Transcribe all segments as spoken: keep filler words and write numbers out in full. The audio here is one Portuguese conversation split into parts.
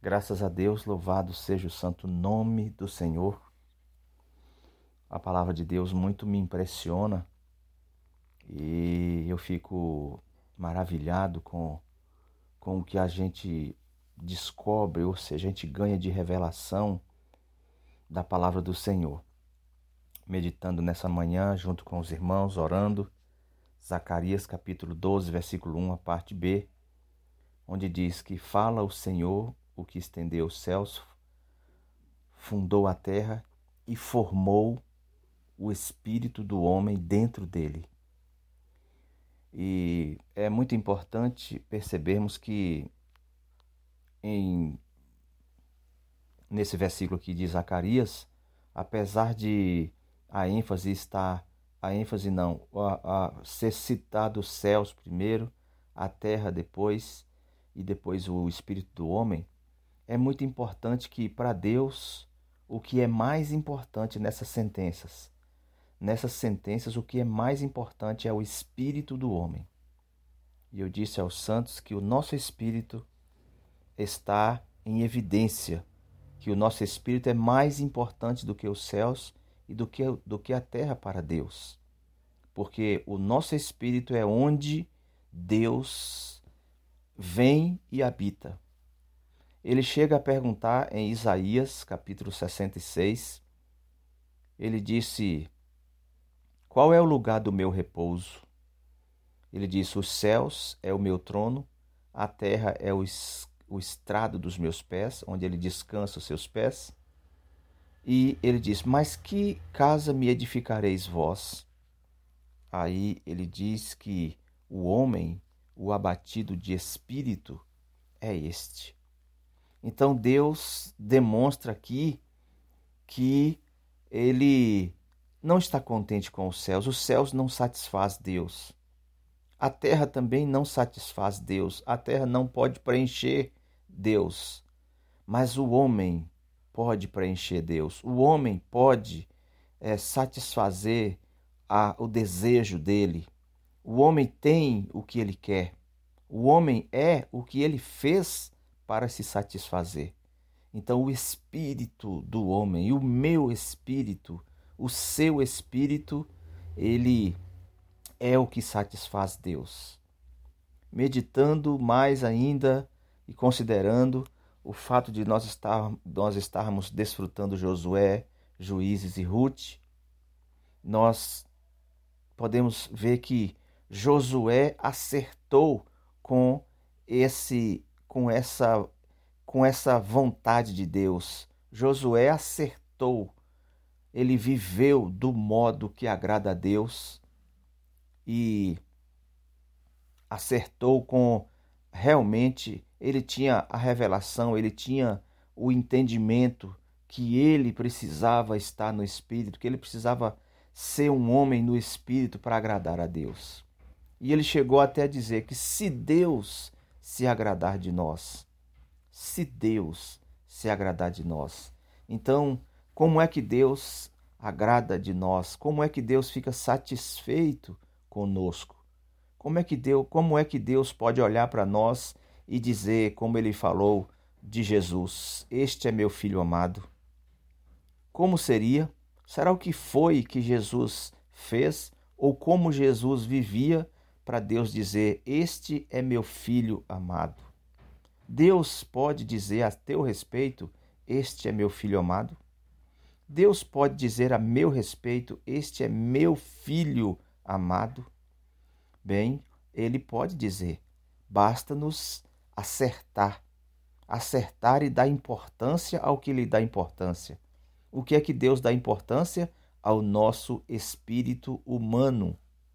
Graças a Deus, louvado seja o santo nome do Senhor. A palavra de Deus muito me impressiona e eu fico maravilhado com, com o que a gente descobre, ou seja, a gente ganha de revelação da palavra do Senhor. Meditando nessa manhã, junto com os irmãos, orando, Zacarias capítulo doze, versículo um, a parte B, onde diz que fala o Senhor, o que estendeu os céus, fundou a terra e formou o espírito do homem dentro dele. E é muito importante percebermos que em, nesse versículo aqui de Zacarias, apesar de a ênfase estar, a ênfase não, a, a ser citado os céus primeiro, a terra depois e depois o espírito do homem, é muito importante que para Deus o que é mais importante nessas sentenças, nessas sentenças o que é mais importante é o espírito do homem. E eu disse aos santos que o nosso espírito está em evidência, que o nosso espírito é mais importante do que os céus e do que, do que a terra para Deus. Porque o nosso espírito é onde Deus vem e habita. Ele chega a perguntar em Isaías, capítulo sessenta e seis, ele disse: qual é o lugar do meu repouso? Ele disse: os céus é o meu trono, a terra é o, es, o estrado dos meus pés, onde ele descansa os seus pés. E ele diz: mas que casa me edificareis vós? Aí ele diz que o homem, o abatido de espírito, é este. Então Deus demonstra aqui que ele não está contente com os céus. Os céus não satisfaz Deus. A terra também não satisfaz Deus. A terra não pode preencher Deus. Mas o homem pode preencher Deus. O homem pode é, satisfazer a, o desejo dele. O homem tem o que ele quer. O homem é o que ele fez para se satisfazer. Então o espírito do homem, e o meu espírito, o seu espírito, ele é o que satisfaz Deus. Meditando mais ainda e considerando o fato de nós, estar, nós estarmos desfrutando Josué, Juízes e Ruth, nós podemos ver que Josué acertou com esse com essa com essa vontade de Deus. Josué acertou. Ele viveu do modo que agrada a Deus e acertou com realmente ele tinha a revelação, ele tinha o entendimento que ele precisava estar no espírito, que ele precisava ser um homem no espírito para agradar a Deus. E ele chegou até a dizer que se Deus se agradar de nós, se Deus se agradar de nós, então como é que Deus agrada de nós? Como é que Deus fica satisfeito conosco? Como é que Deus, como é que Deus pode olhar para nós e dizer, como ele falou de Jesus: este é meu filho amado? Como seria? Será o que foi que Jesus fez? Ou como Jesus vivia para Deus dizer: este é meu filho amado? Deus pode dizer a teu respeito: este é meu filho amado? Deus pode dizer a meu respeito: este é meu filho amado? Bem, ele pode dizer, basta-nos acertar, acertar e dar importância ao que lhe dá importância. O que é que Deus dá importância? Ao nosso espírito humano.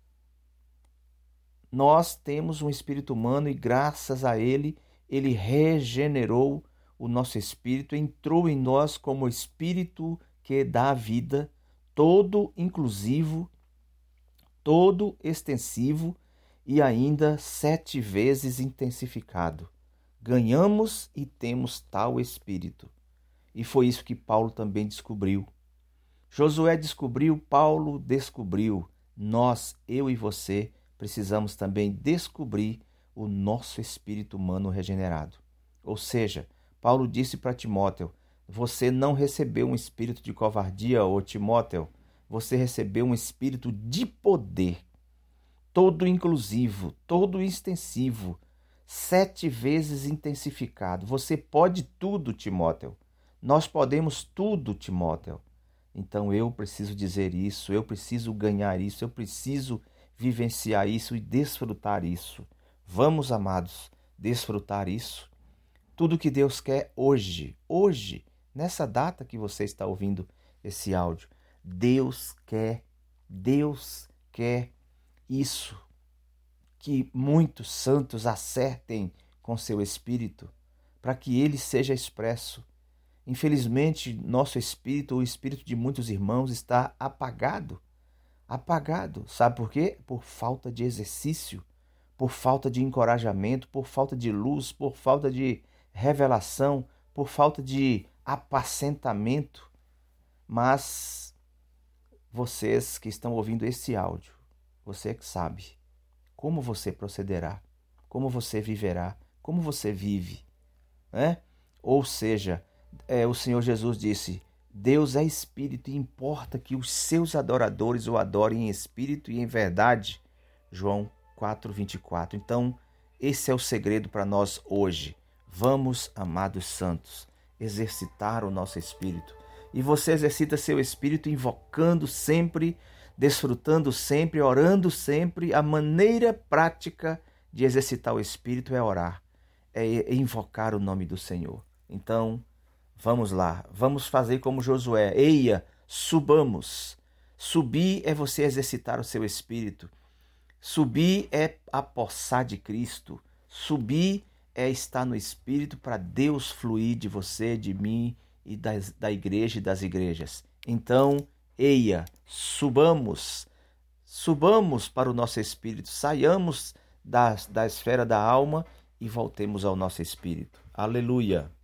Nós temos um espírito humano e graças a ele, ele regenerou o nosso espírito, entrou em nós como espírito que dá vida, todo inclusivo, todo extensivo e ainda sete vezes intensificado. Ganhamos e temos tal espírito. E foi isso que Paulo também descobriu. Josué descobriu, Paulo descobriu. Nós, eu e você, precisamos também descobrir o nosso espírito humano regenerado. Ou seja, Paulo disse para Timóteo: você não recebeu um espírito de covardia, ô Timóteo, você recebeu um espírito de poder, todo inclusivo, todo extensivo, sete vezes intensificado. Você pode tudo, Timóteo. Nós podemos tudo, Timóteo. Então eu preciso dizer isso, eu preciso ganhar isso, eu preciso vivenciar isso e desfrutar isso. Vamos, amados, desfrutar isso. Tudo que Deus quer hoje, hoje, nessa data que você está ouvindo esse áudio, Deus quer, Deus quer isso. Que muitos santos acertem com seu espírito, para que ele seja expresso. Infelizmente, nosso espírito, o espírito de muitos irmãos, está apagado. Apagado. Sabe por quê? Por falta de exercício, por falta de encorajamento, por falta de luz, por falta de revelação, por falta de apacentamento. Mas vocês que estão ouvindo esse áudio, você que sabe como você procederá, como você viverá, como você vive, né? Ou seja, é, o Senhor Jesus disse: Deus é espírito e importa que os seus adoradores o adorem em espírito e em verdade. João quatro, vinte e quatro. Então, esse é o segredo para nós hoje. Vamos, amados santos, exercitar o nosso espírito. E você exercita seu espírito invocando sempre, desfrutando sempre, orando sempre. A maneira prática de exercitar o espírito é orar, é invocar o nome do Senhor. Então, vamos lá, vamos fazer como Josué. Eia, subamos. Subir é você exercitar o seu espírito. Subir é apossar de Cristo. Subir é estar no espírito para Deus fluir de você, de mim e das, da igreja e das igrejas. Então, eia, subamos. Subamos para o nosso espírito. Saiamos da, da esfera da alma e voltemos ao nosso espírito. Aleluia!